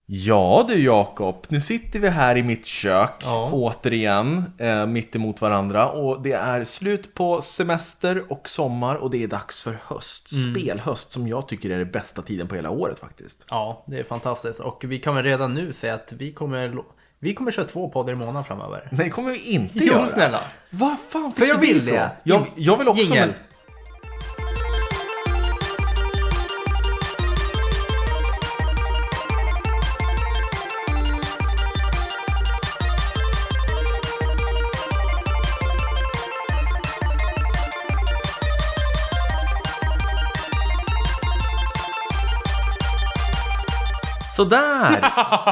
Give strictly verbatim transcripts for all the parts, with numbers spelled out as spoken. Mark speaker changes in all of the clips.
Speaker 1: Ja du Jakob, nu sitter vi här i mitt kök
Speaker 2: ja.
Speaker 1: återigen eh, mitt emot varandra och det är slut på semester och sommar och det är dags för höst, mm. spelhöst som jag tycker är den bästa tiden på hela året faktiskt.
Speaker 2: Ja, det är fantastiskt och vi kan väl redan nu säga att vi kommer, vi kommer köra två poddar i månaden framöver.
Speaker 1: Nej, kommer vi inte
Speaker 2: jo,
Speaker 1: göra.
Speaker 2: Snälla.
Speaker 1: Vad fan
Speaker 2: för jag vill det.
Speaker 1: Jag, jag vill också...
Speaker 2: Jingel.
Speaker 1: Sådär!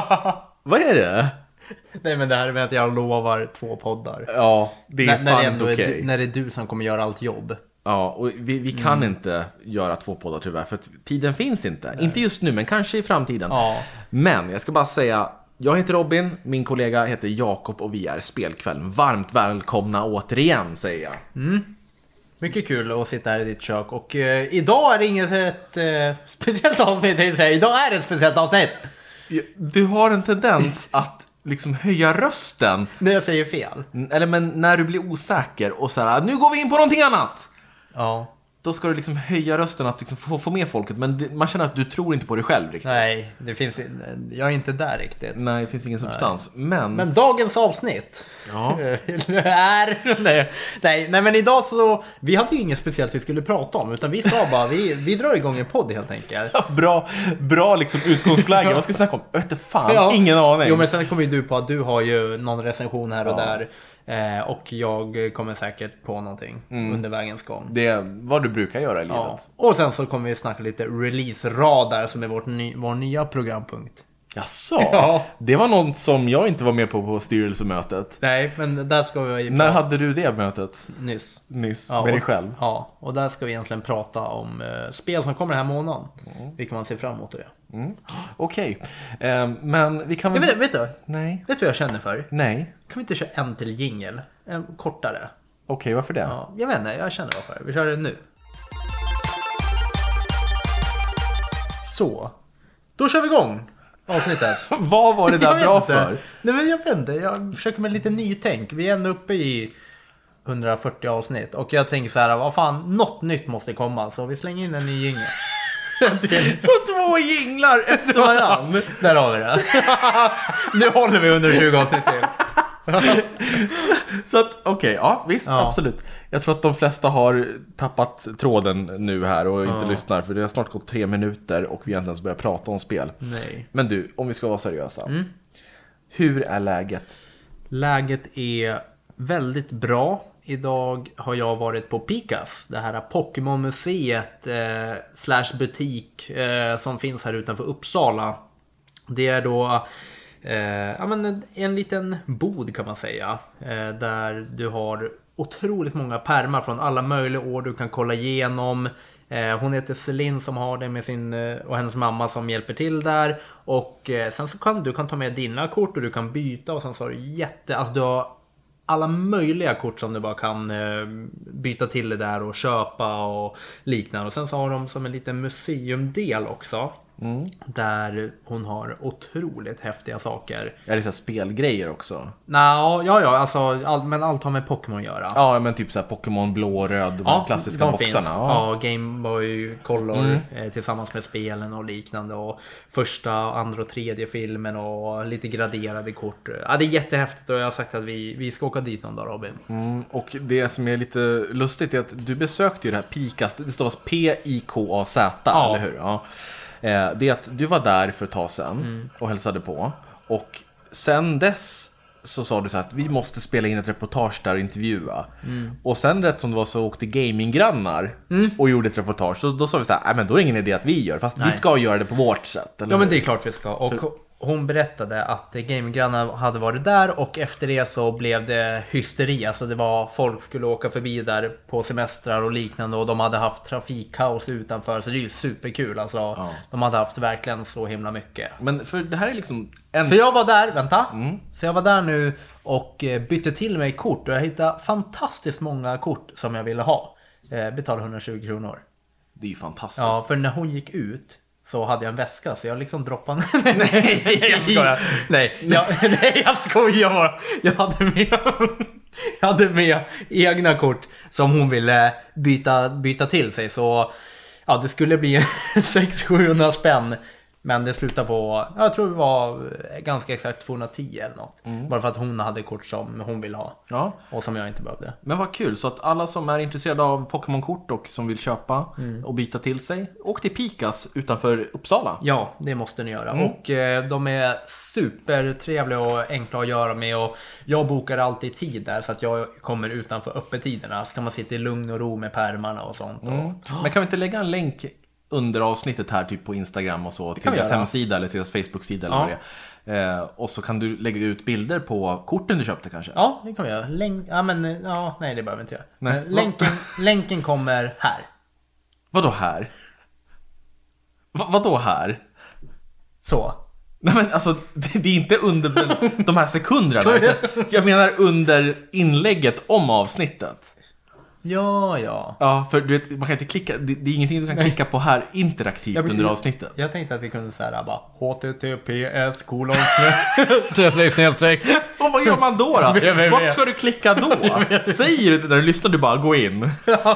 Speaker 1: Vad är det?
Speaker 2: Nej, men det här med att jag lovar två poddar.
Speaker 1: Ja, det är
Speaker 2: när,
Speaker 1: fan
Speaker 2: när det ändå
Speaker 1: okej.
Speaker 2: är du, när det är du som kommer göra allt jobb.
Speaker 1: Ja, och vi, vi kan
Speaker 2: mm.
Speaker 1: inte göra två poddar tyvärr, för att tiden finns inte. Nej. Inte just nu, men kanske i framtiden.
Speaker 2: Ja.
Speaker 1: Men jag ska bara säga, jag heter Robin, min kollega heter Jakob och vi är Spelkvällen. Varmt välkomna återigen, säger jag.
Speaker 2: Mm. Mycket kul att sitta här i ditt kök. Och eh, idag är det inget ett, eh, speciellt avsnitt. Idag är det ett speciellt avsnitt.
Speaker 1: Du har en tendens att liksom höja rösten.
Speaker 2: När jag säger fel.
Speaker 1: Eller men när du blir osäker och så här, nu går vi in på någonting annat.
Speaker 2: Ja.
Speaker 1: Då ska du liksom höja rösten att liksom få, få med folket. Men det, man känner att du tror inte på dig själv riktigt.
Speaker 2: Nej, det finns, jag är inte där riktigt.
Speaker 1: Nej, det finns ingen substans. Men...
Speaker 2: men dagens avsnitt
Speaker 1: ja.
Speaker 2: är... nej, nej, nej, men idag så... Vi hade ju inget speciellt vi skulle prata om. Utan vi sa bara, vi, vi drar igång en podd helt enkelt.
Speaker 1: Ja, bra, bra liksom utgångsläge. Vad ska vi snacka om? Jag vet inte fan, ja. Ingen aning.
Speaker 2: Jo, men sen kommer ju du på att du har ju någon recension här och ja. där. Eh, och jag kommer säkert på någonting mm. under vägens gång.
Speaker 1: Det är vad du brukar göra i livet.
Speaker 2: Ja. Och sen så kommer vi snacka lite release-radar som är vårt ny, vår nya programpunkt.
Speaker 1: Jaså?
Speaker 2: Ja.
Speaker 1: Det var något som jag inte var med på på styrelsemötet.
Speaker 2: Nej, men där ska vi...
Speaker 1: När hade du det mötet?
Speaker 2: Nyss.
Speaker 1: Nyss,
Speaker 2: ja,
Speaker 1: med dig
Speaker 2: och,
Speaker 1: själv?
Speaker 2: Ja, och där ska vi egentligen prata om uh, spel som kommer den här månaden. Mm. Vilka man ser fram emot det.
Speaker 1: Mm. Okej, okay. um, men vi kan väl...
Speaker 2: Ja, vet, vet du?
Speaker 1: Nej.
Speaker 2: Vet du vad jag känner för?
Speaker 1: Nej.
Speaker 2: Kan vi inte köra en till jingle? En kortare.
Speaker 1: Okej, okay, varför det?
Speaker 2: Ja, jag vet inte, jag känner varför. Vi kör det nu. Så. Då kör vi igång avsnittet.
Speaker 1: Vad var det där bra för?
Speaker 2: Nej, men jag vet inte. Jag försöker med lite nytänk. Vi är ändå uppe i hundrafyrtio avsnitt. Och jag tänker så här, vad fan, något nytt måste komma. Så vi slänger in en ny jingle.
Speaker 1: Så två jinglar efter varann.
Speaker 2: Där har vi det. Nu håller vi under tjugo avsnitt till.
Speaker 1: Så att, okej, okay, ja visst, ja. Absolut. Jag tror att de flesta har tappat tråden nu här och inte ja. lyssnar. För det har snart gått tre minuter och vi har inte ens börjat prata om spel.
Speaker 2: Nej.
Speaker 1: Men du, om vi ska vara seriösa.
Speaker 2: Mm.
Speaker 1: Hur är läget?
Speaker 2: Läget är väldigt bra. Idag har jag varit på Picas, det här Pokémon-museet eh, slash butik eh, som finns här utanför Uppsala. Det är då eh, ja, men en, en liten bod kan man säga, eh, där du har otroligt många pärmar från alla möjliga år du kan kolla igenom. Eh, hon heter Celine som har det med sin eh, och hennes mamma som hjälper till där. Och eh, sen så kan du kan ta med dina kort och du kan byta och sen så har du jätte, alltså du har alla möjliga kort som du bara kan eh, byta till det där och köpa och liknande. Och sen så har de som en liten museumdel också. Mm. Där hon har otroligt häftiga saker.
Speaker 1: Är det så här spelgrejer också?
Speaker 2: Nå, ja, ja, alltså, all, men allt har med Pokémon att göra.
Speaker 1: Ja, men typ så här Pokémon blå och röd, de ja, klassiska de boxarna.
Speaker 2: Ja. ja, Game Boy Color mm. eh, tillsammans med spelen och liknande. Och första, andra och tredje filmen och lite graderade kort. Ja, det är jättehäftigt och jag har sagt att vi, vi ska åka dit någon dag, Robin.
Speaker 1: Mm, och det som är lite lustigt är att du besökte ju det här Picas, det stavas P I K A Z, ja. Eller hur? Ja. Det är att du var där för ett tag sedan mm. och hälsade på. Och sen dess så sa du så att vi måste spela in ett reportage där och intervjua. Mm. Och sen rätt som det var så åkte gaminggrannar mm. och gjorde ett reportage. Så då sa vi så här, nej men då är det ingen idé att vi gör. Fast Nej. vi ska göra det på vårt sätt. Eller?
Speaker 2: Ja, men det är klart vi ska. Och hon berättade att gaminggrannar hade varit där och efter det så blev det hysteri. Alltså det var, folk skulle åka förbi där på semestrar och liknande och de hade haft trafikkaos utanför. Så det är ju superkul. Alltså ja. De hade haft verkligen så himla mycket.
Speaker 1: Men för det här är liksom en...
Speaker 2: Så jag var där, vänta.
Speaker 1: Mm.
Speaker 2: Så jag var där nu och bytte till mig kort och jag hittade fantastiskt många kort som jag ville ha. Betalade hundratjugo kronor.
Speaker 1: Det är ju fantastiskt.
Speaker 2: Ja, för när hon gick ut så hade jag en väska så jag liksom droppade. nej, nej, jag skojar. Nej, jag, nej, jag skojar bara. Jag hade med jag hade med egna kort som hon ville byta, byta till sig. Så ja, det skulle bli sex sjuhundra spänn. Men det slutade på, jag tror det var ganska exakt tvåhundratio eller något. Mm. Bara för att hon hade kort som hon ville ha. Ja. Och som jag inte behövde.
Speaker 1: Men vad kul, så att alla som är intresserade av Pokémon-kort och som vill köpa mm. och byta till sig, åk till Pikas utanför Uppsala.
Speaker 2: Ja, det måste ni göra. Mm. Och eh, de är supertrevliga och enkla att göra med. Och jag bokar alltid tid där så att jag kommer utanför öppettiderna. Så kan man sitta i lugn och ro med pärmarna och sånt.
Speaker 1: Mm. Och... Men kan vi inte lägga en länk under avsnittet här typ på Instagram och så till deras hemsida eller till deras Facebook-sida eller ja. vad det är. Eh, och så kan du lägga ut bilder på korten du köpte kanske.
Speaker 2: Ja, det kan vi göra. Länk, ja men ja, nej det behöver vi inte göra. Nej. Länken, länken kommer här.
Speaker 1: Vadå här? Va, vadå här?
Speaker 2: Så.
Speaker 1: Nej men alltså det, det är inte under de här sekunderna. Jag menar under inlägget om avsnittet.
Speaker 2: Ja, ja.
Speaker 1: Ja, för du vet, man kan inte klicka, det, det är ingenting du kan klicka på här interaktivt jag, under avsnittet.
Speaker 2: Jag tänkte att vi kunde säga bara H T T P S kolon snedstreck.
Speaker 1: Och vad gör man då då? Vart ska du klicka då? Säger du det när du lyssnar, du bara gå in.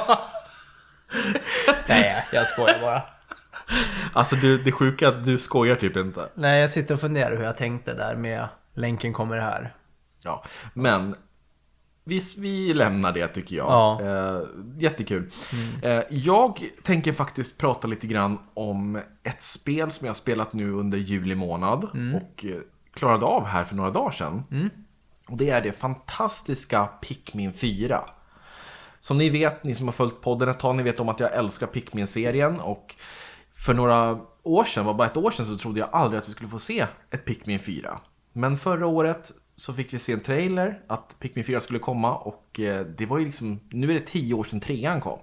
Speaker 2: Nej, jag skojar bara.
Speaker 1: Alltså du, det är sjuka att du skojar typ inte.
Speaker 2: Nej, jag sitter och funderar hur jag tänkte där med länken kommer här.
Speaker 1: Ja, men Vi, vi lämnar det tycker jag. Ja. Eh, jättekul. Mm. Eh, jag tänker faktiskt prata lite grann om ett spel som jag har spelat nu under juli månad. Mm. Och eh, klarade av här för några dagar sedan. Mm. Och det är det fantastiska Pikmin fyra. Som ni vet, ni som har följt podden ett tag, ni vet om att jag älskar Pikmin-serien. Och för några år sedan, var bara ett år sedan, så trodde jag aldrig att vi skulle få se ett Pikmin fyra. Men förra året så fick vi se en trailer att Pikmin fyra skulle komma. Och eh, det var ju liksom, nu är det tio år sedan trean kom.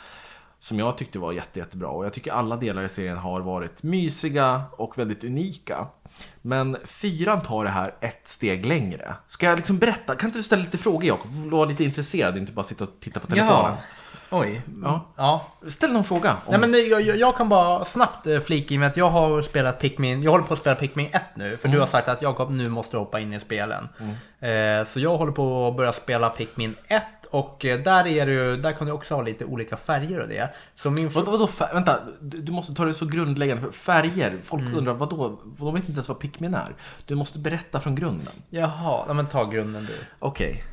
Speaker 1: Som jag tyckte var jätte, jättebra. Och jag tycker alla delar i serien har varit mysiga och väldigt unika. Men fyran tar det här ett steg längre. Ska jag liksom berätta? Kan inte du ställa lite frågor, Jakob? Var lite intresserad, inte bara sitta och titta på telefonen.
Speaker 2: Ja. Oj.
Speaker 1: Ja. Ja. Ställ någon fråga.
Speaker 2: Om... Nej, men jag, jag, jag kan bara snabbt flika in med att jag har spelat Pikmin. Jag håller på att spela Pikmin ett nu. För mm. du har sagt att Jakob, nu måste hoppa in i spelen. Mm. Eh, så jag håller på att börja spela Pikmin ett. Och där är det ju, där kan du också ha lite olika färger och det. Så min
Speaker 1: vad, vadå, fär... Vänta, du måste ta det så grundläggande. För färger, folk mm. undrar, vadå? De vet inte ens vad Pikmin är. Du måste berätta från grunden.
Speaker 2: Jaha, ja, men ta grunden du.
Speaker 1: Okej. Okay.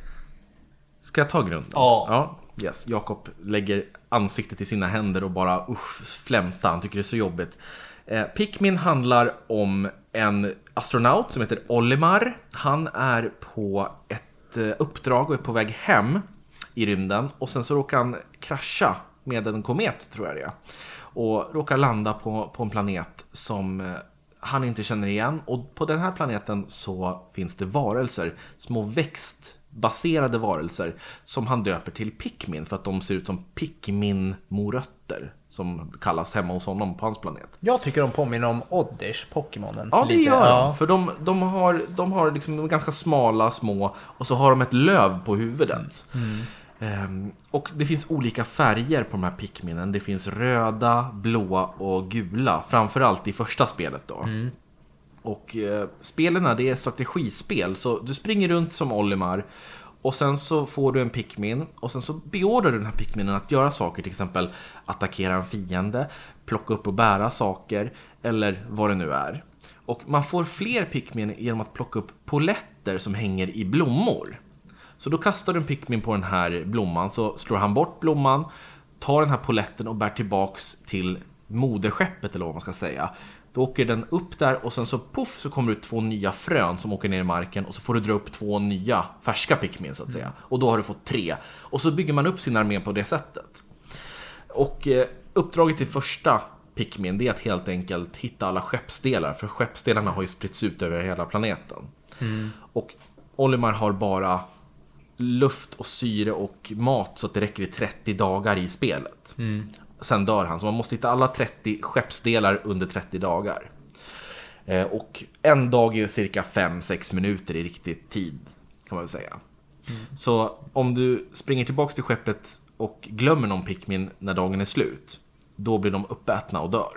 Speaker 1: Ska jag ta grunden?
Speaker 2: Ja.
Speaker 1: Ja. Yes, Jakob lägger ansiktet i sina händer och bara usch, flämta, han tycker det är så jobbigt. Eh, Pikmin handlar om en astronaut som heter Olimar. Han är på ett eh, uppdrag och är på väg hem i rymden. Och sen så råkar han krascha med en komet, tror jag det är. Och råkar landa på, på en planet som eh, han inte känner igen. Och på den här planeten så finns det varelser, små växt baserade varelser som han döper till Pikmin för att de ser ut som Pikmin-morötter som kallas hemma hos honom på hans planet.
Speaker 2: Jag tycker de påminner om Oddish, Pokémonen.
Speaker 1: Ja, det lite. Gör de. Ja. För de, de har, de har liksom, de är ganska smala, små och så har de ett löv på huvudet. Mm. Um, och det finns olika färger på de här Pikminen. Det finns röda, blåa och gula. Framförallt i första spelet då. Mm. Och eh, spelarna, det är strategispel. Så du springer runt som Olimar. Och sen så får du en Pikmin. Och sen så beordrar du den här Pikminen att göra saker. Till exempel attackera en fiende. Plocka upp och bära saker. Eller vad det nu är. Och man får fler Pikmin genom att plocka upp poletter som hänger i blommor. Så då kastar du en Pikmin på den här blomman. Så slår han bort blomman. Tar den här poletten och bär tillbaks till moderskeppet eller vad man ska säga. Då åker den upp där och sen så puff så kommer det ut två nya frön som åker ner i marken. Och så får du dra upp två nya färska Pikmin så att säga. Och då har du fått tre. Och så bygger man upp sin armé på det sättet. Och eh, uppdraget till första Pikmin, det är att helt enkelt hitta alla skeppsdelar. För skeppsdelarna har ju spritts ut över hela planeten. Mm. Och Olimar har bara luft och syre och mat så att det räcker i trettio dagar i spelet. Mm. Sen dör han, så man måste hitta alla trettio skeppsdelar under trettio dagar. Eh, och en dag är cirka fem sex minuter i riktig tid, kan man väl säga. Mm. Så om du springer tillbaka till skeppet och glömmer någon Pikmin när dagen är slut, då blir de uppätna och dör.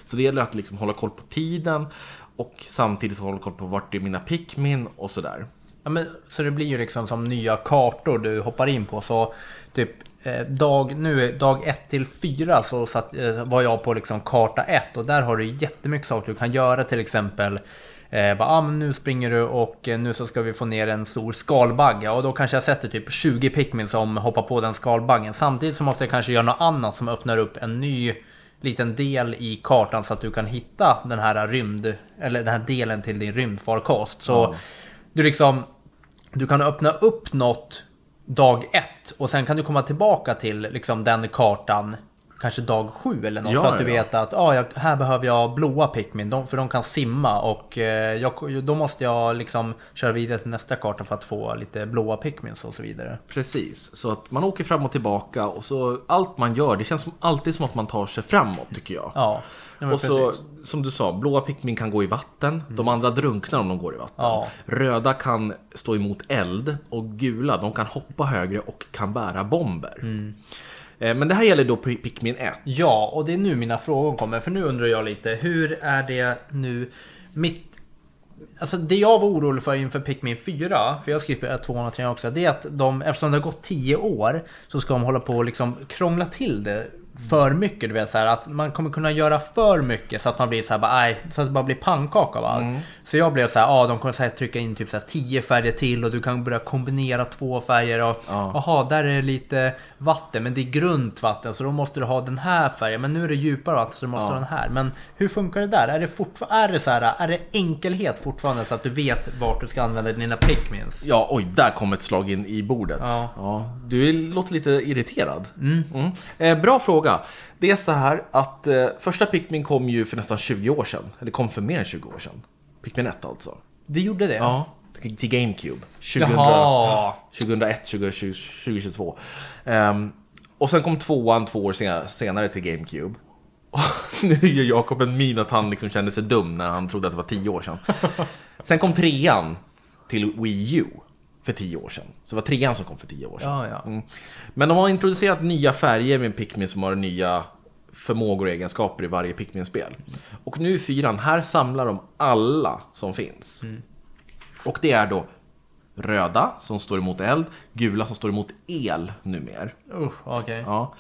Speaker 1: Så det gäller att liksom hålla koll på tiden och samtidigt hålla koll på vart är mina Pikmin och sådär.
Speaker 2: Ja, men, så det blir ju liksom som nya kartor du hoppar in på. Så typ eh, dag, nu, dag ett till fyra så satt, eh, var jag på liksom karta ett. Och där har du jättemycket saker du kan göra. Till exempel eh, bara, ah, men nu springer du och eh, nu så ska vi få ner en stor skalbagge. Och då kanske jag sätter typ tjugo Pikmin som hoppar på den skalbaggen. Samtidigt så måste jag kanske göra något annat som öppnar upp en ny liten del i kartan så att du kan hitta den här rymd, eller den här delen till din rymdfarkost. Så mm. du liksom du kan öppna upp något dag ett och sen kan du komma tillbaka till liksom den kartan kanske dag sju eller något, ja, så att du ja. vet att ah, jag, här behöver jag blåa Pikmin de, för de kan simma och eh, jag, då måste jag liksom köra vidare till nästa karta för att få lite blåa Pikmins och så vidare.
Speaker 1: Precis, så att man åker fram och tillbaka och så allt man gör, det känns som, alltid som att man tar sig framåt tycker jag.
Speaker 2: Ja. Ja,
Speaker 1: och så, som du sa, blåa Pikmin kan gå i vatten. Mm. De andra drunknar om de går i vatten. Ja. Röda kan stå emot eld. Och gula, de kan hoppa högre och kan bära bomber. Mm. eh, Men det här gäller då Pikmin ett.
Speaker 2: Ja, och det är nu mina frågor kommer. För nu undrar jag lite, hur är det nu mitt... Alltså det jag var orolig för inför Pikmin fyra, för jag skriver tvåhundratre också, det är att de, eftersom det har gått tio år, så ska de hålla på och liksom krångla till det för mycket, du vet så här, att man kommer kunna göra för mycket så att man blir så här bara, nej, så att det bara blir pannkaka av allt. Mm. Så jag blev så här, ja, de kommer så här trycka in typ så här tio färger till och du kan börja kombinera två färger och jaha, ja. där är det lite vatten, men det är grunt vatten så då måste du ha den här färgen, men nu är det djupare vatten så du måste ja. ha den här. Men hur funkar det där? Är det fortfarande är det så här, är det enkelhet fortfarande så att du vet vart du ska använda dina Pikmins?
Speaker 1: Ja, oj, där kom ett slag in i bordet. Ja. Ja, du låter lite irriterad. Mm. Mm. Eh, bra fråga. Det är så här att eh, första Pikmin kom ju för nästan tjugo år sedan. Eller kom för mer än tjugo år sedan. Pikmin ett alltså.
Speaker 2: Det gjorde det?
Speaker 1: Ja, till GameCube. tjugohundraett till tjugohundratjugotvå. Um, och sen kom tvåan två år senare till GameCube. Och nu gör Jakob en min att han liksom kände sig dum när han trodde att det var tio år sedan. Sen kom trean till Wii U för tio år sedan. Så det var trean som kom för tio år sedan.
Speaker 2: Ja, ja.
Speaker 1: Mm. Men de har introducerat nya färger med Pikmin som har nya förmågor och egenskaper i varje Pikmin-spel. Mm. Och nu i fyran, här samlar de alla som finns. Mm. Och det är då röda som står emot eld, gula som står emot el numer.
Speaker 2: Uh, okay.
Speaker 1: Ja.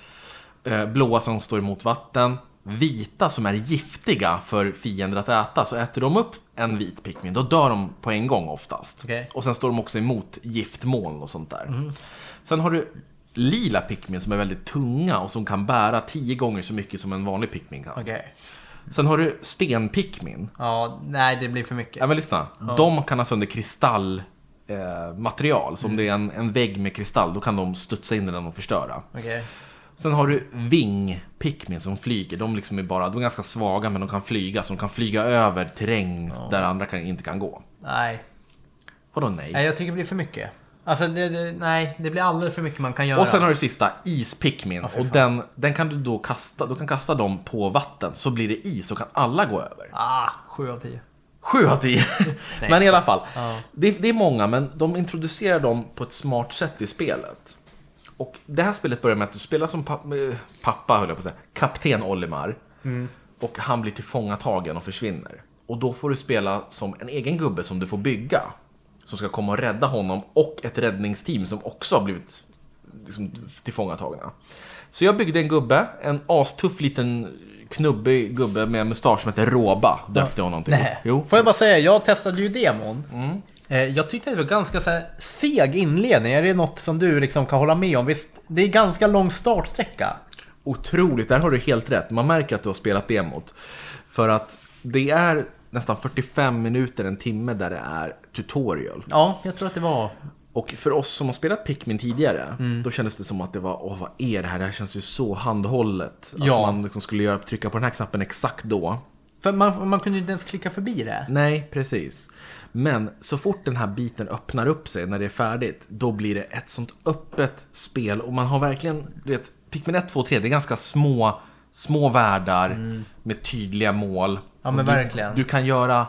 Speaker 1: Blåa som står emot vatten, vita som är giftiga för fiender att äta. Så äter de upp en vit Pikmin, då dör de på en gång oftast.
Speaker 2: Okay.
Speaker 1: Och sen står de också emot giftmoln och sånt där. Mm. Sen har du lila Pikmin som är väldigt tunga och som kan bära tio gånger så mycket som en vanlig Pikmin kan.
Speaker 2: Okay.
Speaker 1: Sen har du sten-Pikmin.
Speaker 2: Ja, nej, det blir för mycket.
Speaker 1: Ja, men lyssna. Ja. De kan ha sönder kristallmaterial. Eh, så mm. om det är en, en vägg med kristall, då kan de studsa in i den och förstöra.
Speaker 2: Okay.
Speaker 1: Sen har du ving-Pikmin som flyger. De, liksom är bara, de är ganska svaga, men de kan flyga. Så de kan flyga över terräng ja. där andra kan, inte kan gå.
Speaker 2: Nej.
Speaker 1: Vadå nej?
Speaker 2: Nej, jag tycker det blir för mycket. Alltså, det, det, nej, det blir alldeles för mycket man kan göra.
Speaker 1: Och sen har du sista, is-Pikmin. Ja, och den, den kan du då kasta, du kan kasta dem på vatten. Så blir det is och kan alla gå över.
Speaker 2: Ah, sju av tio.
Speaker 1: Sju av tio. Men i alla fall, ja. det, det är många, men de introducerar dem på ett smart sätt i spelet. Och det här spelet börjar med att du spelar som pappa, pappa höll jag på att säga, kapten Olimar. Mm. Och han blir tillfångatagen och försvinner. Och då får du spela som en egen gubbe som du får bygga. Som ska komma och rädda honom. Och ett räddningsteam som också har blivit liksom, tillfångatagna. Så jag byggde en gubbe. En astuff liten knubbig gubbe med en mustasch som heter Roba. Döpte honom till.
Speaker 2: Nej. Jo. Får jag bara säga, jag testade ju demon. Mm. Jag tyckte det var ganska så här seg inledning. Är det något som du liksom kan hålla med om? Visst, det är ganska lång startsträcka.
Speaker 1: Otroligt, där har du helt rätt. Man märker att du har spelat demot. För att det är nästan fyrtiofem minuter, en timme där det är tutorial.
Speaker 2: Ja, jag tror att det var.
Speaker 1: Och för oss som har spelat Pikmin tidigare, mm. då kändes det som att det var, åh vad är det här? Det här känns ju så handhållet.
Speaker 2: Ja.
Speaker 1: Att man liksom skulle göra, trycka på den här knappen exakt då.
Speaker 2: För man, man kunde inte ens klicka förbi det.
Speaker 1: Nej, precis. Men så fort den här biten öppnar upp sig när det är färdigt, då blir det ett sånt öppet spel. Och man har verkligen, du vet, Pikmin ett, två, tre, det är ganska små, små världar mm. med tydliga mål.
Speaker 2: Ja, men
Speaker 1: du,
Speaker 2: verkligen.
Speaker 1: Du kan göra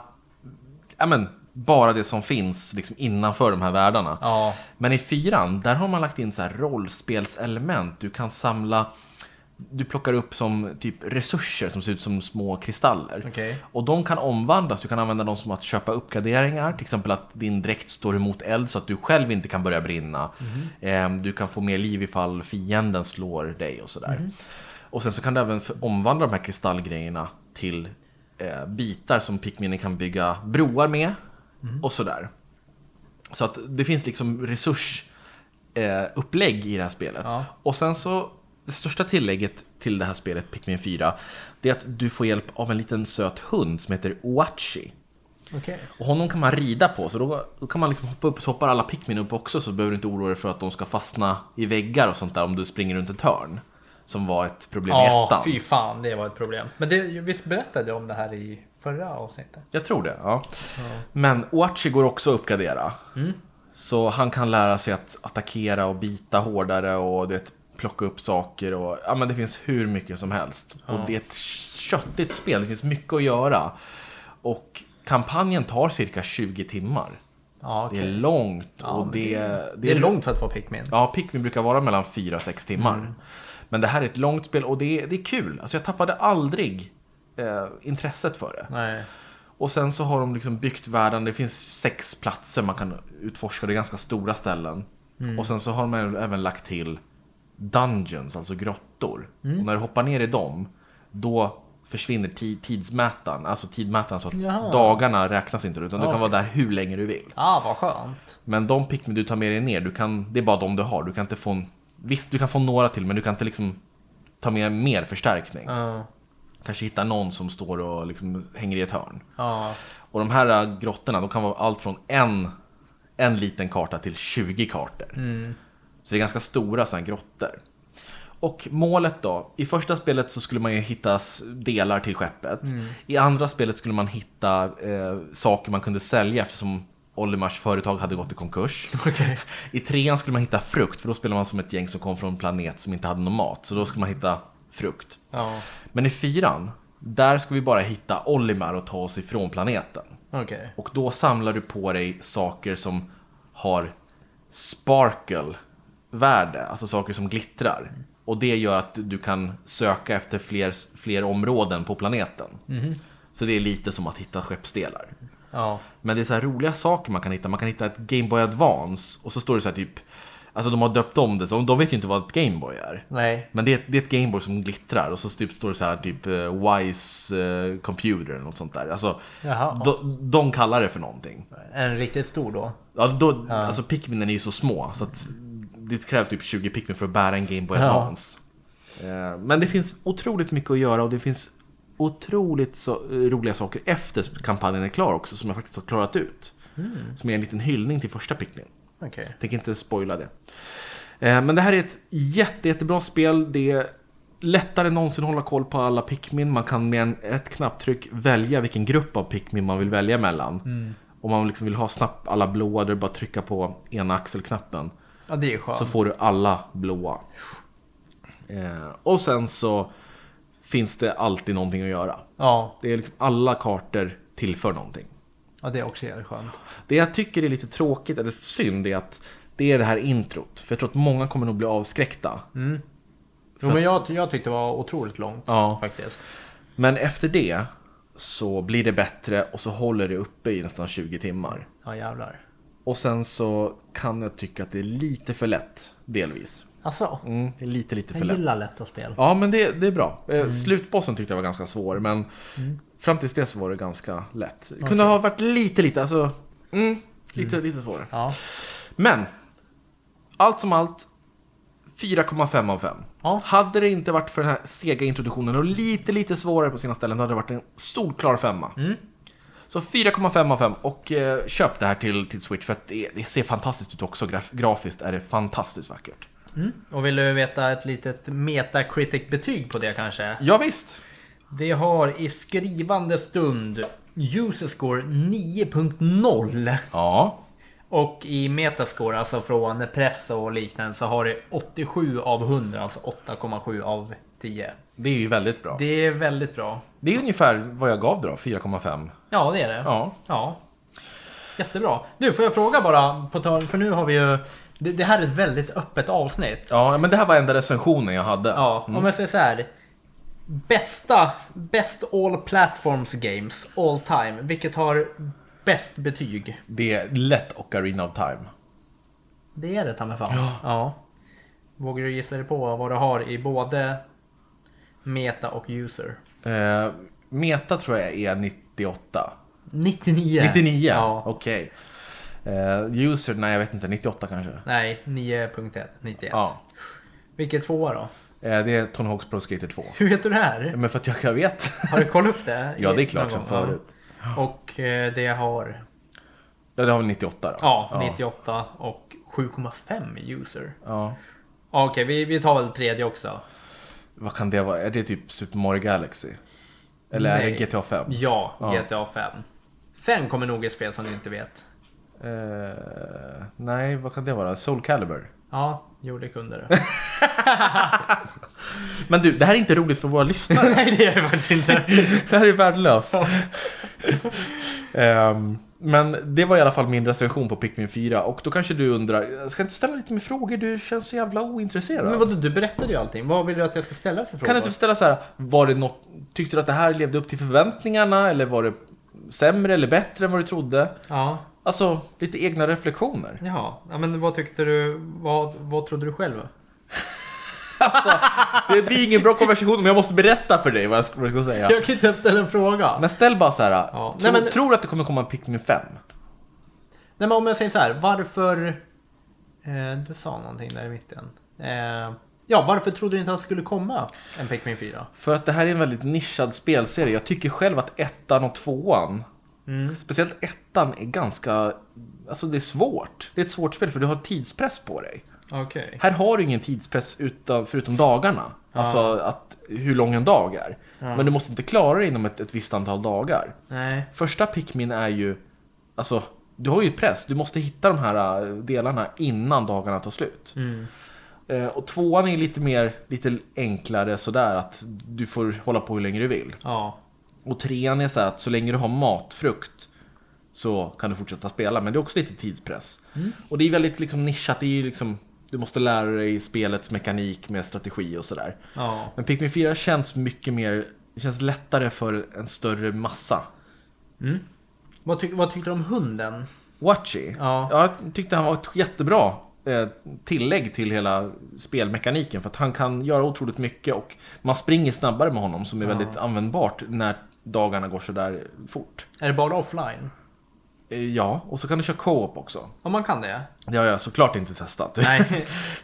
Speaker 1: ja, men, bara det som finns liksom, innanför de här världarna.
Speaker 2: Ja.
Speaker 1: Men i fyran, där har man lagt in så här rollspelselement. Du kan samla du plockar upp som typ resurser som ser ut som små kristaller.
Speaker 2: Okay.
Speaker 1: Och de kan omvandlas. Du kan använda dem som att köpa uppgraderingar. Till exempel att din dräkt står emot eld så att du själv inte kan börja brinna. Mm. Eh, du kan få mer liv ifall fienden slår dig och sådär. Mm. Och sen så kan du även omvandla de här kristallgrejerna till eh, bitar som Pikmin kan bygga broar med. Mm. Och sådär. Så att det finns liksom resursupplägg eh, i det här spelet. Ja. Och sen så, det största tillägget till det här spelet, Pikmin fyra, det är att du får hjälp av en liten söt hund som heter Oachi.
Speaker 2: Okay.
Speaker 1: Och honom kan man rida på, så då, då kan man liksom hoppa upp, så hoppar alla Pikmin upp också, så behöver du inte oroa dig för att de ska fastna i väggar och sånt där om du springer runt ett hörn. Som var ett problem i ettan.
Speaker 2: Ja, fy fan, det var ett problem. Men det, visst berättade du om det här i förra avsnittet?
Speaker 1: Jag tror det, ja. ja. Men Oachi går också att uppgradera. Mm. Så han kan lära sig att attackera och bita hårdare och du vet, plocka upp saker. Och, ja, men det finns hur mycket som helst. Ja. Och det är ett köttigt spel, det finns mycket att göra. Och kampanjen tar cirka tjugo timmar.
Speaker 2: Ja, okay.
Speaker 1: Det är långt.
Speaker 2: Ja,
Speaker 1: och det,
Speaker 2: det,
Speaker 1: det,
Speaker 2: det är långt för att vara Pikmin.
Speaker 1: Ja, Pikmin brukar vara mellan fyra och sex timmar. Mm. Men det här är ett långt spel och det är, det är kul. Alltså jag tappade aldrig eh, intresset för det.
Speaker 2: Nej.
Speaker 1: Och sen så har de liksom byggt världen. Det finns sex platser man kan utforska. Det är ganska stora ställen. Mm. Och sen så har de även lagt till dungeons, alltså grottor. Mm. Och när du hoppar ner i dem, då försvinner tid, tidsmätaren. Alltså tidmätaren så att Jaha. dagarna räknas inte utan okay. du kan vara där hur länge du vill.
Speaker 2: Ja, ah, vad skönt.
Speaker 1: Men de Pikmin du tar med dig ner, du kan, det är bara de du har. Du kan inte få en, visst, du kan få några till, men du kan inte liksom ta med mer förstärkning. Uh. Kanske hitta någon som står och liksom hänger i ett hörn.
Speaker 2: Uh.
Speaker 1: Och de här grottorna, de kan vara allt från en, en liten karta till tjugo kartor.
Speaker 2: Mm.
Speaker 1: Så det är ganska stora sådana grottor. Och målet då, i första spelet så skulle man ju hitta delar till skeppet. Mm. I andra spelet skulle man hitta eh, saker man kunde sälja eftersom Olimars företag hade gått i konkurs.
Speaker 2: Okay.
Speaker 1: I trean skulle man hitta frukt, för då spelar man som ett gäng som kom från en planet som inte hade någon mat. Så då skulle man hitta frukt.
Speaker 2: Ja.
Speaker 1: Men i fyran, där ska vi bara hitta Olimar och ta oss ifrån planeten.
Speaker 2: Okay.
Speaker 1: Och då samlar du på dig saker som har sparkle-värde, alltså saker som glittrar. Och det gör att du kan söka efter fler, fler områden på planeten.
Speaker 2: Mm.
Speaker 1: Så det är lite som att hitta skeppsdelar.
Speaker 2: Ja.
Speaker 1: Men det är så här roliga saker man kan hitta. Man kan hitta ett Game Boy Advance. Och så står det så här typ, alltså de har döpt om det, så de vet ju inte vad ett Game Boy är.
Speaker 2: Nej.
Speaker 1: Men det är, det är ett Game Boy som glittrar. Och så typ står det så här typ uh, Wise uh, Computer eller något sånt där. Alltså, de, de kallar det för någonting.
Speaker 2: En riktigt stor då?
Speaker 1: Ja, då, ja. Alltså Pikmin är ju så små så att det krävs typ tjugo Pikmin för att bära en Game Boy Advance. Ja. Men det finns otroligt mycket att göra och det finns otroligt så, roliga saker efter kampanjen är klar också som jag faktiskt har klarat ut.
Speaker 2: Mm.
Speaker 1: Som är en liten hyllning till första Pikmin.
Speaker 2: Okay.
Speaker 1: Jag tänker inte spoila det. Men det här är ett jätte, jättebra spel. Det är lättare än någonsin hålla koll på alla Pikmin. Man kan med en, ett knapptryck välja vilken grupp av Pikmin man vill välja mellan.
Speaker 2: Mm.
Speaker 1: Om man liksom vill ha snabbt alla blåa, då är det bara att trycka på ena axelknappen.
Speaker 2: Ja, det är skönt.
Speaker 1: Så får du alla blåa. Eh, och sen så finns det alltid någonting att göra.
Speaker 2: Ja.
Speaker 1: Det är liksom alla kartor tillför någonting.
Speaker 2: Ja, det är också jävligt skönt.
Speaker 1: Det jag tycker är lite tråkigt, eller synd, är att det är det här introt. För jag tror att många kommer nog bli avskräckta.
Speaker 2: Mm. Jo, men jag, jag tyckte det var otroligt långt,
Speaker 1: ja.
Speaker 2: faktiskt.
Speaker 1: Men efter det så blir det bättre och så håller det uppe i nästan tjugo timmar.
Speaker 2: Ja, jävlar.
Speaker 1: Och sen så kan jag tycka att det är lite för lätt, delvis.
Speaker 2: Asså?
Speaker 1: Mm, det är lite, lite för
Speaker 2: jag
Speaker 1: lätt.
Speaker 2: Jag gillar lätta spel.
Speaker 1: Ja, men det, det är bra. Mm. Slutbossen tyckte jag var ganska svår, men mm. fram tills det så var det ganska lätt. Det kunde okay. ha varit lite, lite, alltså, mm, lite, mm. lite svårare.
Speaker 2: Ja.
Speaker 1: Men, allt som allt, fyra komma fem av fem.
Speaker 2: Ja.
Speaker 1: Hade det inte varit för den här sega introduktionen och lite, lite svårare på sina ställen, då hade det varit en solklar femma.
Speaker 2: Mm.
Speaker 1: Så fyra komma fem av fem och eh, köp det här till, till Switch för att det, det ser fantastiskt ut också. Graf, grafiskt är det fantastiskt vackert.
Speaker 2: Mm. Och vill du veta ett litet Metacritic-betyg på det kanske?
Speaker 1: Ja, visst.
Speaker 2: Det har i skrivande stund user score nio punkt noll.
Speaker 1: Ja.
Speaker 2: Och i metascore, alltså från press och liknande, så har det åttiosju av hundra, alltså åtta komma sju av tio.
Speaker 1: Det är ju väldigt bra.
Speaker 2: Det är väldigt bra.
Speaker 1: Det är ungefär vad jag gav då, fyra komma fem.
Speaker 2: Ja, det är det.
Speaker 1: Ja.
Speaker 2: Ja. Jättebra. Nu får jag fråga bara, på tal, för nu har vi ju... Det, det här är ett väldigt öppet avsnitt.
Speaker 1: Ja, men det här var enda recensionen jag hade.
Speaker 2: Ja, om jag säger så här. Bästa, best all platforms games all time. Vilket har bäst betyg?
Speaker 1: Det är lätt Ocarina of Time.
Speaker 2: Det är det, ta mig fan. Ja. ja. Vågar du gissa dig på vad du har i både meta och user?
Speaker 1: Eh, meta tror jag är nittioåtta.
Speaker 2: nittionio.
Speaker 1: nittionio?
Speaker 2: Ja.
Speaker 1: Okej. Okay. Eh, user, nej jag vet inte, nittioåtta kanske.
Speaker 2: Nej, nio punkt ett, nittioett.
Speaker 1: Ja.
Speaker 2: Vilket tvåa då?
Speaker 1: Eh, det är Tony Hawk's Pro Skater två.
Speaker 2: Hur vet du det här?
Speaker 1: Men för att jag, jag vet.
Speaker 2: Har du kollat upp det?
Speaker 1: Ja, det är klart som förut.
Speaker 2: Ja. Och eh, det har...
Speaker 1: Ja, det har väl nittioåtta då?
Speaker 2: Ja, ja. nittioåtta och sju komma fem user.
Speaker 1: Ja.
Speaker 2: Okej, okay, vi, vi tar väl tredje också.
Speaker 1: Vad kan det vara? Är det typ Super Mario Galaxy? Eller Nej. Är det G T A fem?
Speaker 2: Ja, ja, G T A fem. Sen kommer nog ett spel som du inte vet.
Speaker 1: Uh, nej, vad kan det vara? Soul Calibur?
Speaker 2: Ja, jo det kunde det.
Speaker 1: Men du, det här är inte roligt för våra lyssnare.
Speaker 2: Nej, det är det faktiskt inte.
Speaker 1: Det här är värdelöst. um, men det var i alla fall min recension på Pikmin fyra. Och då kanske du undrar, jag ska inte ställa lite mer frågor? Du känns så jävla ointresserad.
Speaker 2: Men vad, du berättade ju allting. Vad vill du att jag ska ställa för frågor?
Speaker 1: Kan du inte ställa så här, var det något, tyckte du att det här levde upp till förväntningarna? Eller var det sämre eller bättre än vad du trodde?
Speaker 2: Ja.
Speaker 1: Alltså, lite egna reflektioner.
Speaker 2: Jaha, ja, men vad tyckte du, vad, vad trodde du själv?
Speaker 1: Alltså, det blir ingen bra konversation om jag måste berätta för dig vad jag ska, vad jag ska säga.
Speaker 2: Jag kan inte ställa en fråga.
Speaker 1: Men ställ bara så här.
Speaker 2: Ja.
Speaker 1: Tro,
Speaker 2: Nej, men...
Speaker 1: Tror du att det kommer komma en Pikmin fem?
Speaker 2: Nej, men om jag säger så här, varför... Eh, du sa någonting där i mitten. Eh, ja, varför trodde du inte att det skulle komma en Pikmin fyra?
Speaker 1: För att det här är en väldigt nischad spelserie. Jag tycker själv att ettan och tvåan, mm. speciellt ettan, är ganska... Alltså det är svårt. Det är ett svårt spel för du har tidspress på dig.
Speaker 2: Okay.
Speaker 1: Här har du ingen tidspress utan, förutom dagarna. Ja. Alltså att, hur lång en dag är. Ja. Men du måste inte klara det inom ett, ett visst antal dagar.
Speaker 2: Nej.
Speaker 1: Första Pikmin är ju... Alltså, du har ju press. Du måste hitta de här delarna innan dagarna tar slut.
Speaker 2: Mm.
Speaker 1: Eh, och tvåan är lite mer, lite enklare sådär att du får hålla på hur länge du vill.
Speaker 2: Ja.
Speaker 1: Och trean är så här att så länge du har matfrukt så kan du fortsätta spela. Men det är också lite tidspress. Mm. Och det är väldigt liksom nischat. Det är ju liksom... Du måste lära dig spelets mekanik med strategi och sådär.
Speaker 2: Ja.
Speaker 1: Men Pikmin fyra känns mycket mer... Det känns lättare för en större massa.
Speaker 2: Mm. Vad, tyck, vad tyckte du om hunden?
Speaker 1: Watchy?
Speaker 2: Ja.
Speaker 1: Jag tyckte han var ett jättebra eh, tillägg till hela spelmekaniken. För att han kan göra otroligt mycket och man springer snabbare med honom som är ja. väldigt användbart när dagarna går så där fort.
Speaker 2: Är det bara offline?
Speaker 1: Ja, och så kan du köra co-op också.
Speaker 2: Ja, man kan det.
Speaker 1: Det har jag såklart inte testat.
Speaker 2: Nej.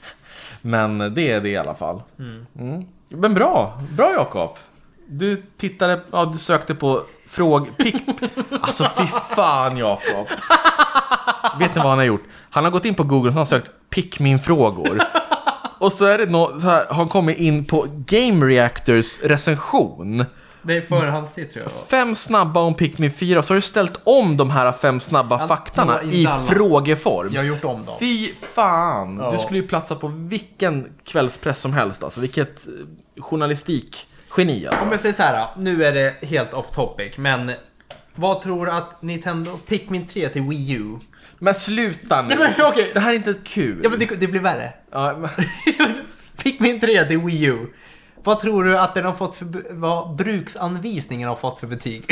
Speaker 1: Men det är det i alla fall.
Speaker 2: Mm.
Speaker 1: Mm. Men bra, bra Jakob. Du tittade, ja du sökte på fråg... Pick... Alltså fy fan Jakob. Vet ni vad han har gjort? Han har gått in på Google och han har sökt pick min frågor. Och så är det nå, så här, har han kommit in på Game Reactors recension.
Speaker 2: Det är förhandstitt tror jag.
Speaker 1: Fem snabba om Pikmin fyra. Så har du ställt om de här fem snabba ja, faktarna i frågeform.
Speaker 2: Jag har gjort om dem.
Speaker 1: Fy fan.
Speaker 2: Ja.
Speaker 1: Du skulle ju platsa på vilken kvällspress som helst. Alltså vilket journalistikgeni alltså.
Speaker 2: Om jag säger så här, nu är det helt off topic. Men vad tror du att Nintendo Pikmin tre till Wii U?
Speaker 1: Men sluta nu.
Speaker 2: Nej, men, okay.
Speaker 1: Det här är inte kul.
Speaker 2: Ja men det, det blir värre.
Speaker 1: Ja, men...
Speaker 2: Pikmin tre till Wii U. Vad tror du att den har fått för, vad bruksanvisningen har fått för betyg?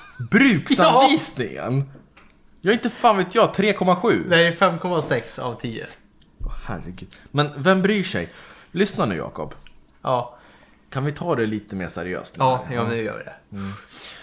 Speaker 1: Bruksanvisningen? Ja. Jag är inte fan vet jag, tre komma sju.
Speaker 2: Nej, fem komma sex av tio.
Speaker 1: Åh, herregud. Men vem bryr sig? Lyssna nu Jakob.
Speaker 2: Ja.
Speaker 1: Kan vi ta det lite mer seriöst?
Speaker 2: Ja, ja men nu gör vi det.
Speaker 1: Mm.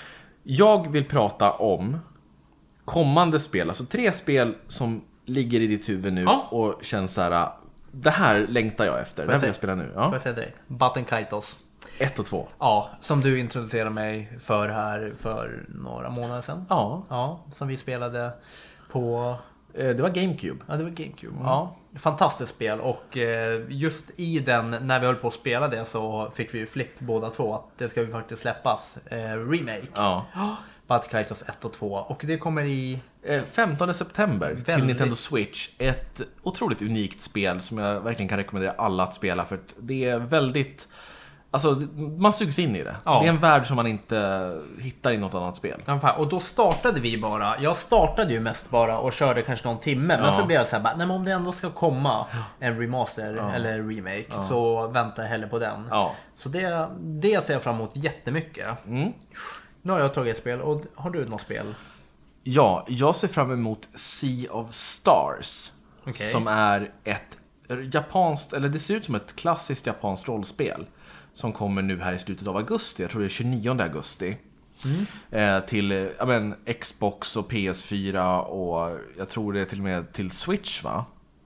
Speaker 1: Jag vill prata om kommande spel. Alltså tre spel som ligger i ditt huvud nu ja. och känns så här... Det här längtar jag efter. Det här vill jag spela nu. Ja.
Speaker 2: Får jag säga dig? Button Kaitos.
Speaker 1: Ett och två.
Speaker 2: Ja, som du introducerade mig för här för några månader sedan.
Speaker 1: Ja.
Speaker 2: Ja, som vi spelade på...
Speaker 1: Det var GameCube.
Speaker 2: Ja, det var GameCube. Mm. Ja, fantastiskt spel. Och just i den, när vi höll på att spela det så fick vi ju flipp båda två. Att det ska ju faktiskt släppas. Eh, remake.
Speaker 1: Ja.
Speaker 2: Button Kaitos ett och två. Och det kommer i...
Speaker 1: femtonde september
Speaker 2: Väldigt...
Speaker 1: till Nintendo Switch. Ett otroligt unikt spel som jag verkligen kan rekommendera alla att spela. För att det är väldigt Alltså, man sugs in i det. Ja. Det är en värld som man inte hittar i något annat spel.
Speaker 2: Och då startade vi bara. Jag startade ju mest bara och körde kanske någon timme. Men ja. så blev jag så här, nej, men om det ändå ska komma en remaster ja. eller en remake ja. så väntar jag hellre på den. Ja. Så det, det ser jag fram emot jättemycket. Mm. Nu har jag tagit ett spel. Och har du något spel?
Speaker 1: Ja, jag ser fram emot Sea of Stars. Okay. Som är ett japanskt, eller det ser ut som ett klassiskt japanskt rollspel. Som kommer nu här i slutet av augusti. Jag tror det är tjugonionde augusti. Mm. Eh, till ja, men, Xbox och P S fyra. Och jag tror det är till och med till Switch, va?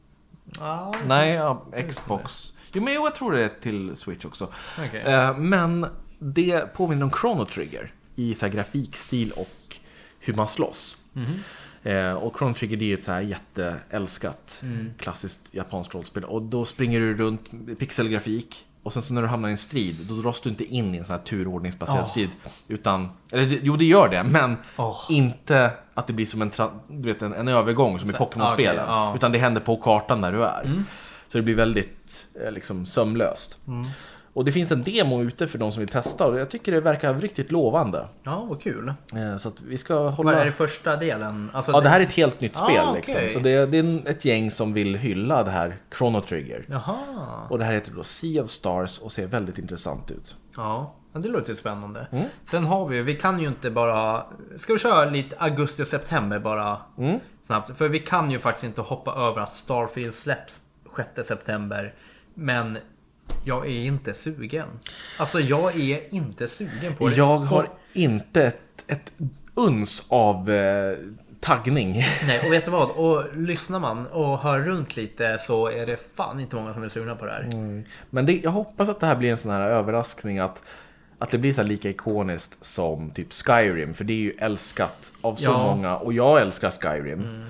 Speaker 1: Ah, Nej, ja, Xbox. Jo, men jag tror det är till Switch också. Okay. Eh, men det påminner om Chrono Trigger. I så här, grafikstil och hur man slåss. Mm. Eh, och Chrono Trigger, det är ett så här jätteälskat mm. klassiskt japanskt rollspel. Och då springer du runt pixelgrafik. Och sen så när du hamnar i en strid, då dras du inte in i en sån här turordningsbaserad oh. strid. Utan, eller jo det gör det, men oh. inte att det blir som en, du vet, en, en övergång som i Pokémon-spelen. Okay, oh. Utan det händer på kartan där du är. Mm. Så det blir väldigt liksom, sömlöst. Mm. Och det finns en demo ute för de som vill testa. Och jag tycker det verkar riktigt lovande.
Speaker 2: Ja, vad kul.
Speaker 1: Så att vi ska hålla...
Speaker 2: Vad är det första delen? Alltså
Speaker 1: ja,
Speaker 2: det...
Speaker 1: det här är ett helt nytt spel. Ah, okay. liksom. Så det är, det är ett gäng som vill hylla det här Chrono Trigger. Jaha. Och det här heter då Sea of Stars och ser väldigt intressant ut.
Speaker 2: Ja, det låter ju spännande. Mm. Sen har vi, vi kan ju inte bara... Ska vi köra lite augusti och september bara mm. snabbt? För vi kan ju faktiskt inte hoppa över att Starfield släpps sjätte september. Men... jag är inte sugen. Alltså jag är inte sugen på det.
Speaker 1: Jag har inte ett, ett uns av eh, taggning.
Speaker 2: Nej, och vet du vad? Och lyssnar man och hör runt lite så är det fan inte många som är sugna på det här. Mm.
Speaker 1: Men det, jag hoppas att det här blir en sån här överraskning att, att det blir så här lika ikoniskt som typ Skyrim. För det är ju älskat av så ja. många. Och jag älskar Skyrim. Mm.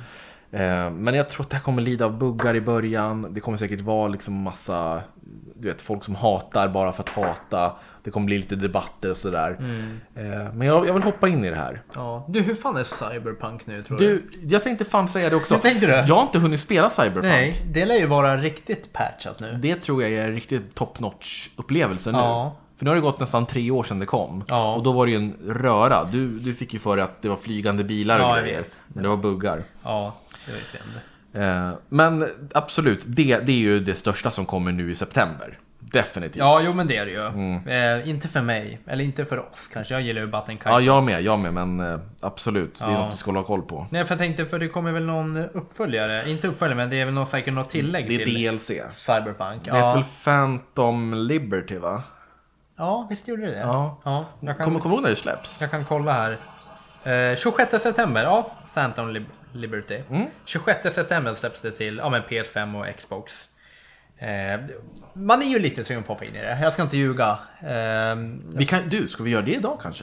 Speaker 1: Men jag tror att det här kommer lida av buggar i början. Det kommer säkert vara liksom massa, du vet, folk som hatar bara för att hata. Det kommer bli lite debatter och sådär. Mm. Men jag, jag vill hoppa in i det här.
Speaker 2: Ja. Du, hur fan är Cyberpunk nu, tror
Speaker 1: du?
Speaker 2: Du,
Speaker 1: jag tänkte fan säga det också.
Speaker 2: Jag tänkte det.
Speaker 1: Jag har inte hunnit spela Cyberpunk.
Speaker 2: Nej, det lär ju vara riktigt patchat nu.
Speaker 1: Det tror jag är en riktigt top-notch upplevelse nu. Ja. För nu har det gått nästan tre år sedan det kom. Ja. Och då var det ju en röra. Du, du fick ju för dig att det var flygande bilar och
Speaker 2: ja,
Speaker 1: grejer. Men det var buggar.
Speaker 2: Ja, det var ju sämre.
Speaker 1: Eh, men absolut, det, det är ju det största som kommer nu i september. Definitivt.
Speaker 2: Ja, jo men det är det ju. Mm. Eh, inte för mig, eller inte för oss kanske. Jag gillar ju Button
Speaker 1: Ja, jag med, jag med, men eh, absolut. Det är ja. något vi ska hålla koll på.
Speaker 2: Nej, för jag tänkte, för det kommer väl någon uppföljare. Inte uppföljare, men det är väl något, säkert något tillägg
Speaker 1: till. Det är
Speaker 2: till
Speaker 1: D L C.
Speaker 2: Cyberpunk.
Speaker 1: Det heter ja. väl Phantom Liberty, va?
Speaker 2: Ja, visst gjorde det det?
Speaker 1: Ja.
Speaker 2: ja jag kan,
Speaker 1: kommer kommer när det släpps?
Speaker 2: Jag kan kolla här. Eh, tjugosjätte september, ja. Phantom Lib- Liberty. Mm. tjugosjätte september släpps det till ja, men P S fem och Xbox. Eh, man är ju lite sugen på att hoppa in i det. Jag ska inte ljuga. Eh,
Speaker 1: vi kan, du, ska vi göra det idag kanske?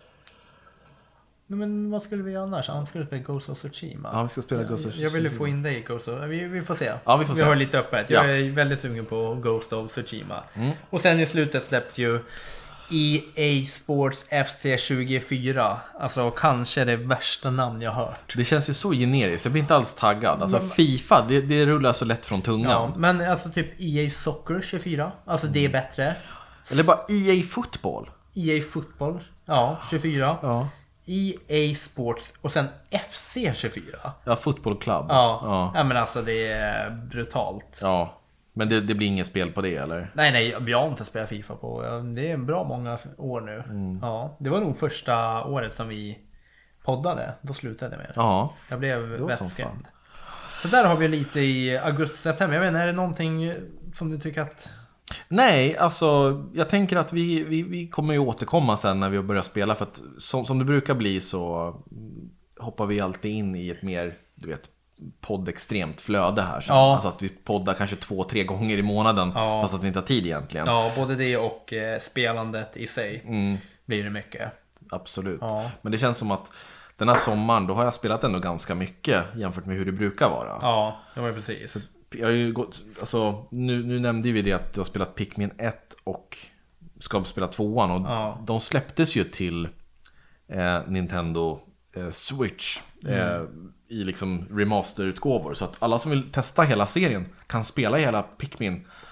Speaker 2: Men vad skulle vi göra annars? Han skulle spela Ghost of Tsushima.
Speaker 1: Ja, vi ska spela Ghost of Tsushima.
Speaker 2: Jag ville få in dig i Ghost of... Vi, vi får se.
Speaker 1: Ja, vi får
Speaker 2: vi
Speaker 1: se.
Speaker 2: har lite öppet. Jag ja. är väldigt sugen på Ghost of Tsushima. Mm. Och sen i slutet släpps ju E A Sports F C tjugofyra. Alltså kanske det värsta namn jag hört.
Speaker 1: Det känns ju så generiskt. Jag blir inte alls taggad. Alltså men, FIFA, det, det rullar så lätt från tungan. Ja,
Speaker 2: men alltså typ E A Soccer tjugofyra. Alltså det är bättre.
Speaker 1: Eller bara E A Football.
Speaker 2: E A Football. Ja, tjugofyra.
Speaker 1: Ja.
Speaker 2: E A Sports och sen F C tjugofyra.
Speaker 1: Ja, Football Club.
Speaker 2: Ja. Ja. Ja, men alltså det är brutalt.
Speaker 1: Ja. Men det, det blir inget spel på det, eller?
Speaker 2: Nej, nej, jag har inte spelat FIFA på. Det är bra många år nu. Mm. Ja, det var nog första året som vi poddade. Då slutade jag med det. Ja. Jag blev vettskrämd. Så där har vi lite i augusti-september. Jag vet inte, är det någonting som du tycker att...
Speaker 1: Nej, alltså jag tänker att vi, vi, vi kommer ju återkomma sen när vi börjar spela. För att som, som det brukar bli så hoppar vi alltid in i ett mer, du vet, poddextremt flöde här sen. Ja. Alltså att vi poddar kanske två, tre gånger i månaden. Ja. Fast att vi inte har tid egentligen.
Speaker 2: Ja, både det och eh, spelandet i sig mm. blir det mycket.
Speaker 1: Absolut. Ja. Men det känns som att den här sommaren, då har jag spelat ändå ganska mycket jämfört med hur det brukar vara.
Speaker 2: Ja, det var precis.
Speaker 1: Så jag har ju gått, alltså, nu, nu nämnde vi det att du har spelat Pikmin ett och ska spela tvåan. Och ja. de släpptes ju till eh, Nintendo eh, Switch mm. eh, i liksom remasterutgåvor. Så att alla som vill testa hela serien kan spela hela Pikmin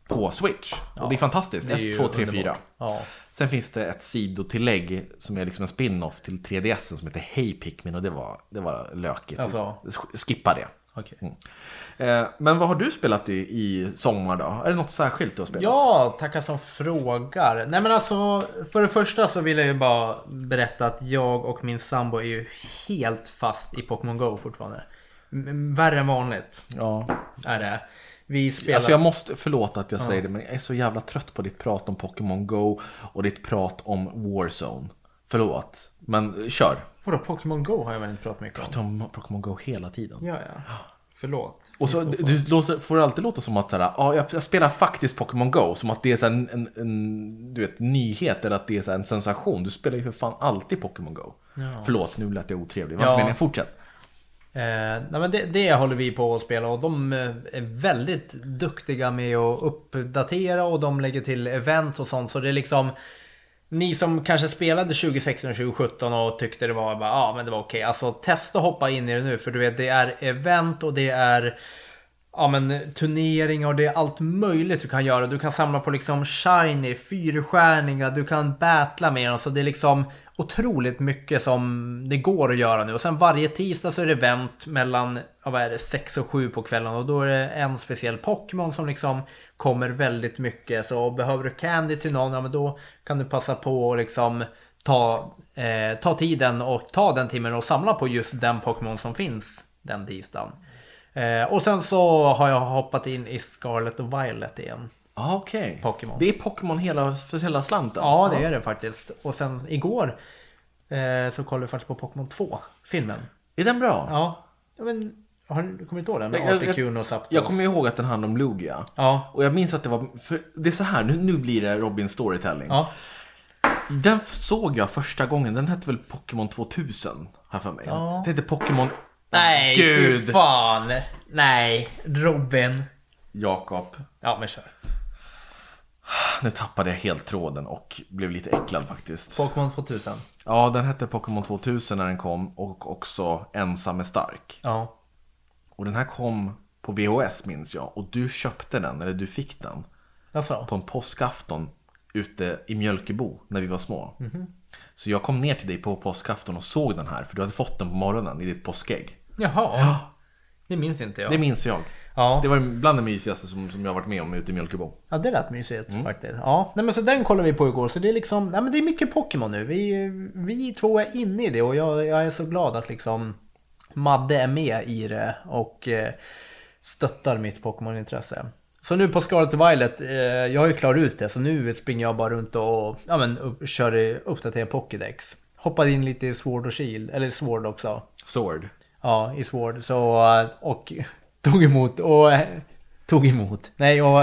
Speaker 1: på Switch.
Speaker 2: Ja,
Speaker 1: och det är fantastiskt. ett, två, tre, fyra.
Speaker 2: Ja.
Speaker 1: Sen finns det ett sidotillägg som är liksom en spin-off till tre D S som heter Hey Pikmin och det var, det var lökigt.
Speaker 2: Alltså.
Speaker 1: Skippa det.
Speaker 2: Okay.
Speaker 1: Mm. Eh, men vad har du spelat i, i sommar då? Är det något särskilt du har spelat?
Speaker 2: Ja, tackar som frågar. Nej men alltså, för det första så vill jag ju bara berätta att jag och min sambo är ju helt fast i Pokémon Go fortfarande. M- värre än vanligt.
Speaker 1: Ja.
Speaker 2: Är det. Vi spelar...
Speaker 1: Alltså jag måste, förlåta att jag
Speaker 2: ja.
Speaker 1: säger det, men jag är så jävla trött på ditt prat om Pokémon Go och ditt prat om Warzone. Förlåt, men kör.
Speaker 2: Vadå, Pokémon Go har jag väl inte pratat mycket om?
Speaker 1: Jag pratar om Pokémon Go hela tiden.
Speaker 2: Ja, ja. Förlåt.
Speaker 1: Och så, du, du låter, får det alltid låta som att såhär, ja, jag, jag spelar faktiskt Pokémon Go. Som att det är så en, en, en du vet, nyhet eller att det är så en sensation. Du spelar ju för fan alltid Pokémon Go.
Speaker 2: Ja.
Speaker 1: Förlåt, nu lät jag otrevlig. Vad
Speaker 2: Ja.
Speaker 1: menar jag? Fortsätt.
Speaker 2: Eh, nej men det, det håller vi på att spela och de är väldigt duktiga med att uppdatera och de lägger till event och sånt. Så det är liksom... Ni som kanske spelade tjugo sexton och tjugo sjutton och tyckte det var bara, ja men det var okej. Alltså testa att hoppa in i det nu för du vet det är event och det är ja men turneringar och det är allt möjligt du kan göra. Du kan samla på liksom shiny, fyrstjärningar, du kan battla med dem. Så det är liksom otroligt mycket som det går att göra nu. Och sen varje tisdag så är det event mellan ja, vad är det, sex och sju på kvällen. Och då är det en speciell Pokémon som liksom kommer väldigt mycket. Så behöver du candy till någon, ja men då kan du passa på och liksom ta, eh, ta tiden och ta den timmen och samla på just den Pokémon som finns den tisdagen. Eh, och sen så har jag hoppat in i Scarlet och Violet igen.
Speaker 1: Ah, okej. Okay.
Speaker 2: Pokémon.
Speaker 1: Det är Pokémon hela, för hela slanten.
Speaker 2: Ja, det är det faktiskt. Och sen igår eh, så kollade vi faktiskt på Pokémon två, filmen.
Speaker 1: Är den bra?
Speaker 2: Ja. Ja men, har du kommit ihåg den? Med
Speaker 1: Jag,
Speaker 2: Articuno och Zapdos.
Speaker 1: jag kommer ihåg att den handlade om Lugia.
Speaker 2: Ja.
Speaker 1: Och jag minns att det var... För det är så här, nu, nu blir det Robins storytelling.
Speaker 2: Ja.
Speaker 1: Den såg jag första gången. Den hette väl Pokémon tvåtusen här för mig.
Speaker 2: Ja.
Speaker 1: Det hette Pokémon...
Speaker 2: Nej,
Speaker 1: Gud.
Speaker 2: fy fan. Nej, Robin.
Speaker 1: Jakob.
Speaker 2: Ja, men kör.
Speaker 1: Nu tappade jag helt tråden och blev lite äcklad faktiskt.
Speaker 2: Pokémon tvåtusen.
Speaker 1: Ja, den hette Pokémon tvåtusen när den kom. Och också Ensam är stark.
Speaker 2: Ja.
Speaker 1: Och den här kom på V H S minns jag. Och du köpte den, eller du fick den.
Speaker 2: Alltså.
Speaker 1: På en påskafton ute i Mjölkebo när vi var små.
Speaker 2: Mm-hmm.
Speaker 1: Så jag kom ner till dig på påskafton och såg den här. För du hade fått den på morgonen i ditt påskägg.
Speaker 2: Jaha. Ja. Det minns inte jag.
Speaker 1: Det minns jag.
Speaker 2: Ja.
Speaker 1: Det var bland det mysigaste som, som jag har varit med om ute i Mjölkebo.
Speaker 2: Ja, det lät mysigt mm. faktiskt. Ja, nej, men så den kollar vi på igår. Så det är liksom, nej, men det är mycket Pokémon nu. Vi, vi två är inne i det och jag, jag är så glad att liksom Madde är med i det och eh, stöttar mitt Pokémon-intresse. Så nu på Scarlet och Violet, eh, jag har ju klarat ut det. Så nu springer jag bara runt och ja, men, upp, kör i uppdatera Pokédex. Hoppade in lite i Sword och Shield, eller Sword också.
Speaker 1: Sword.
Speaker 2: Ja, i Sword. Så, och tog emot och tog emot. Nej, och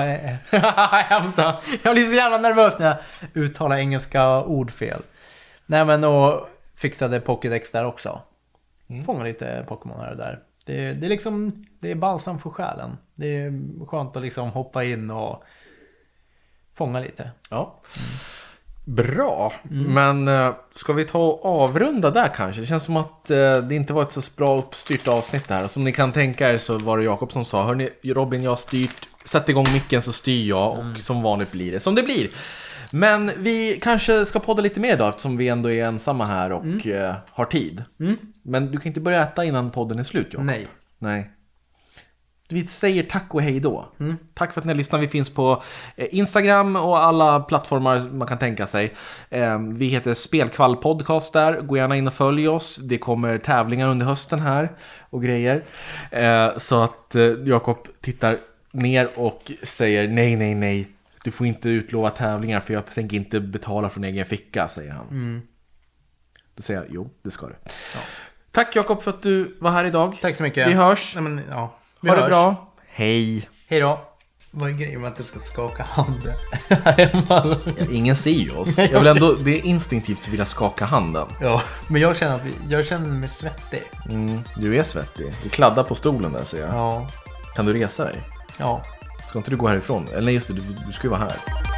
Speaker 2: jag blir så jävla nervös när jag uttalar engelska ord fel. Nej, men och fixade Pokédex där också. Mm. Fånga lite Pokémon här och där. Det, det är liksom, det är balsam för själen. Det är skönt att liksom hoppa in och fånga lite.
Speaker 1: Ja. Mm. Bra, mm. men uh, ska vi ta och avrunda där kanske? Det känns som att uh, det inte var ett så bra uppstyrt avsnitt där. Som ni kan tänka er så var det Jakob som sa: hörni, Robin, jag har styrt, sätt igång micken så styr jag och mm. som vanligt blir det som det blir. Men vi kanske ska podda lite mer idag eftersom vi ändå är ensamma här och mm. uh, har tid. Mm. Men du kan inte börja äta innan podden är slut, Jakob.
Speaker 2: Nej.
Speaker 1: Nej. Vi säger tack och hej då.
Speaker 2: Mm.
Speaker 1: Tack för att ni lyssnar. Vi finns på Instagram och alla plattformar man kan tänka sig. Vi heter Spelkvall Podcast där. Gå gärna in och följ oss. Det kommer tävlingar under hösten här och grejer. Så att Jakob tittar ner och säger nej, nej, nej. Du får inte utlova tävlingar för jag tänker inte betala från egen ficka, säger han.
Speaker 2: Mm.
Speaker 1: Då säger jag, jo, det ska du.
Speaker 2: Ja.
Speaker 1: Tack Jakob för att du var här idag.
Speaker 2: Tack så mycket.
Speaker 1: Vi hörs.
Speaker 2: Nej, men, ja. Vi
Speaker 1: ha
Speaker 2: hörs.
Speaker 1: det bra. Hej.
Speaker 2: Hej då. Vad är grejen med att du ska skaka handen?
Speaker 1: Ja, ingen ser ju oss. Jag vill ändå, det är instinktivt så vill jag skaka handen.
Speaker 2: Ja, men jag känner, att vi, jag känner mig svettig.
Speaker 1: Mm, du är svettig. Du kladdar på stolen där, ser jag.
Speaker 2: Ja.
Speaker 1: Kan du resa dig?
Speaker 2: Ja.
Speaker 1: Ska inte du gå härifrån? Eller just det, du, du ska ju vara här.